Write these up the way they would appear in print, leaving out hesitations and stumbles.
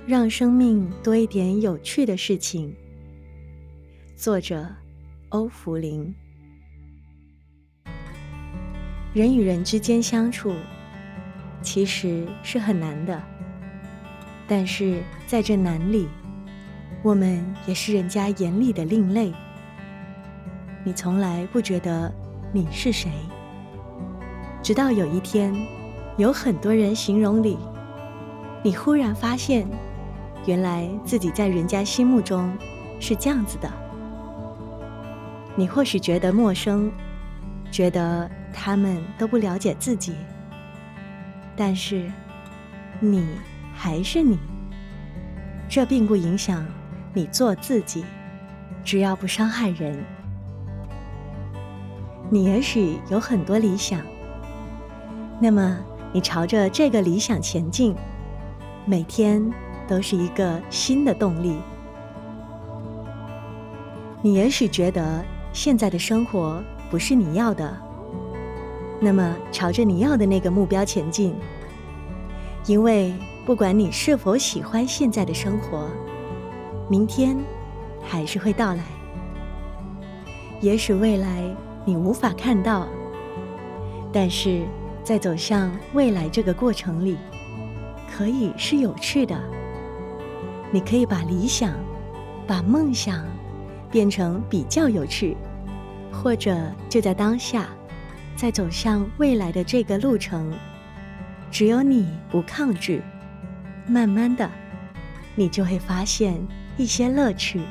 让生命多一点有趣的事情。作者欧福林。人与人之间相处，其实是很难的，但是在这难里，我们也是人家眼里的另类。你从来不觉得你是谁，直到有一天，有很多人形容你忽然发现，原来自己在人家心目中是这样子的。你或许觉得陌生，觉得他们都不了解自己，但是你还是你，这并不影响你做自己，只要不伤害人。你也许有很多理想，那么你朝着这个理想前进，每天都是一个新的动力。你也许觉得现在的生活不是你要的，那么朝着你要的那个目标前进，因为不管你是否喜欢现在的生活，明天还是会到来。也许未来你无法看到，但是在走向未来这个过程里，可以是有趣的。你可以把理想、把梦想变成比较有趣，或者就在当下，在走向未来的这个路程，只有你不抗拒，慢慢的，你就会发现一些乐趣。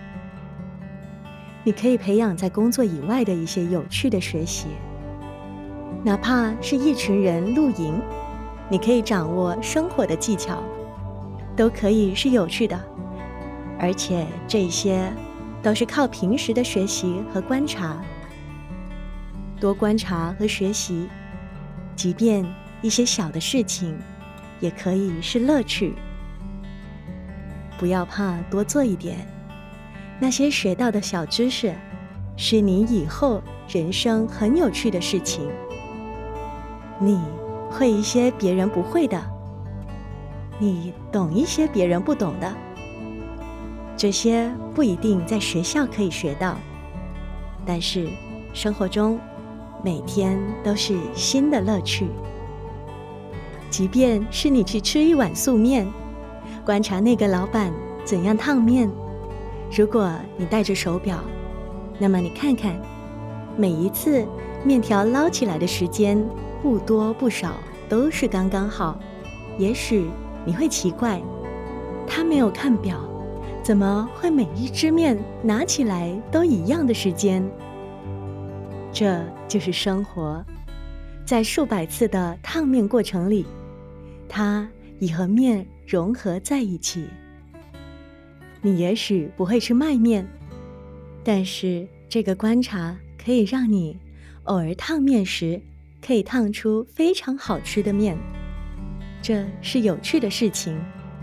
你可以培养在工作以外的一些有趣的学习，哪怕是一群人露营，你可以掌握生活的技巧，都可以是有趣的，而且这些都是靠平时的学习和观察。多观察和学习，即便一些小的事情，也可以是乐趣。不要怕多做一点，那些学到的小知识，是你以后人生很有趣的事情。你会一些别人不会的，你懂一些别人不懂的，这些不一定在学校可以学到，但是生活中每天都是新的乐趣。即便是你去吃一碗素面，观察那个老板怎样烫面，如果你戴着手表，那么你看看，每一次面条捞起来的时间不多不少，都是刚刚好。也许你会奇怪，他没有看表，怎么会每一只面拿起来都一样的时间？这就是生活，在数百次的烫面过程里，它已和面融合在一起。你也许不会吃麦面，但是这个观察可以让你偶尔烫面时可以烫出非常好吃的面，这是有趣的事情。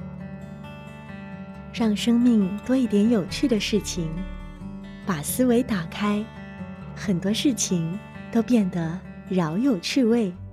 让生命多一点有趣的事情，把思维打开，很多事情都变得饶有趣味。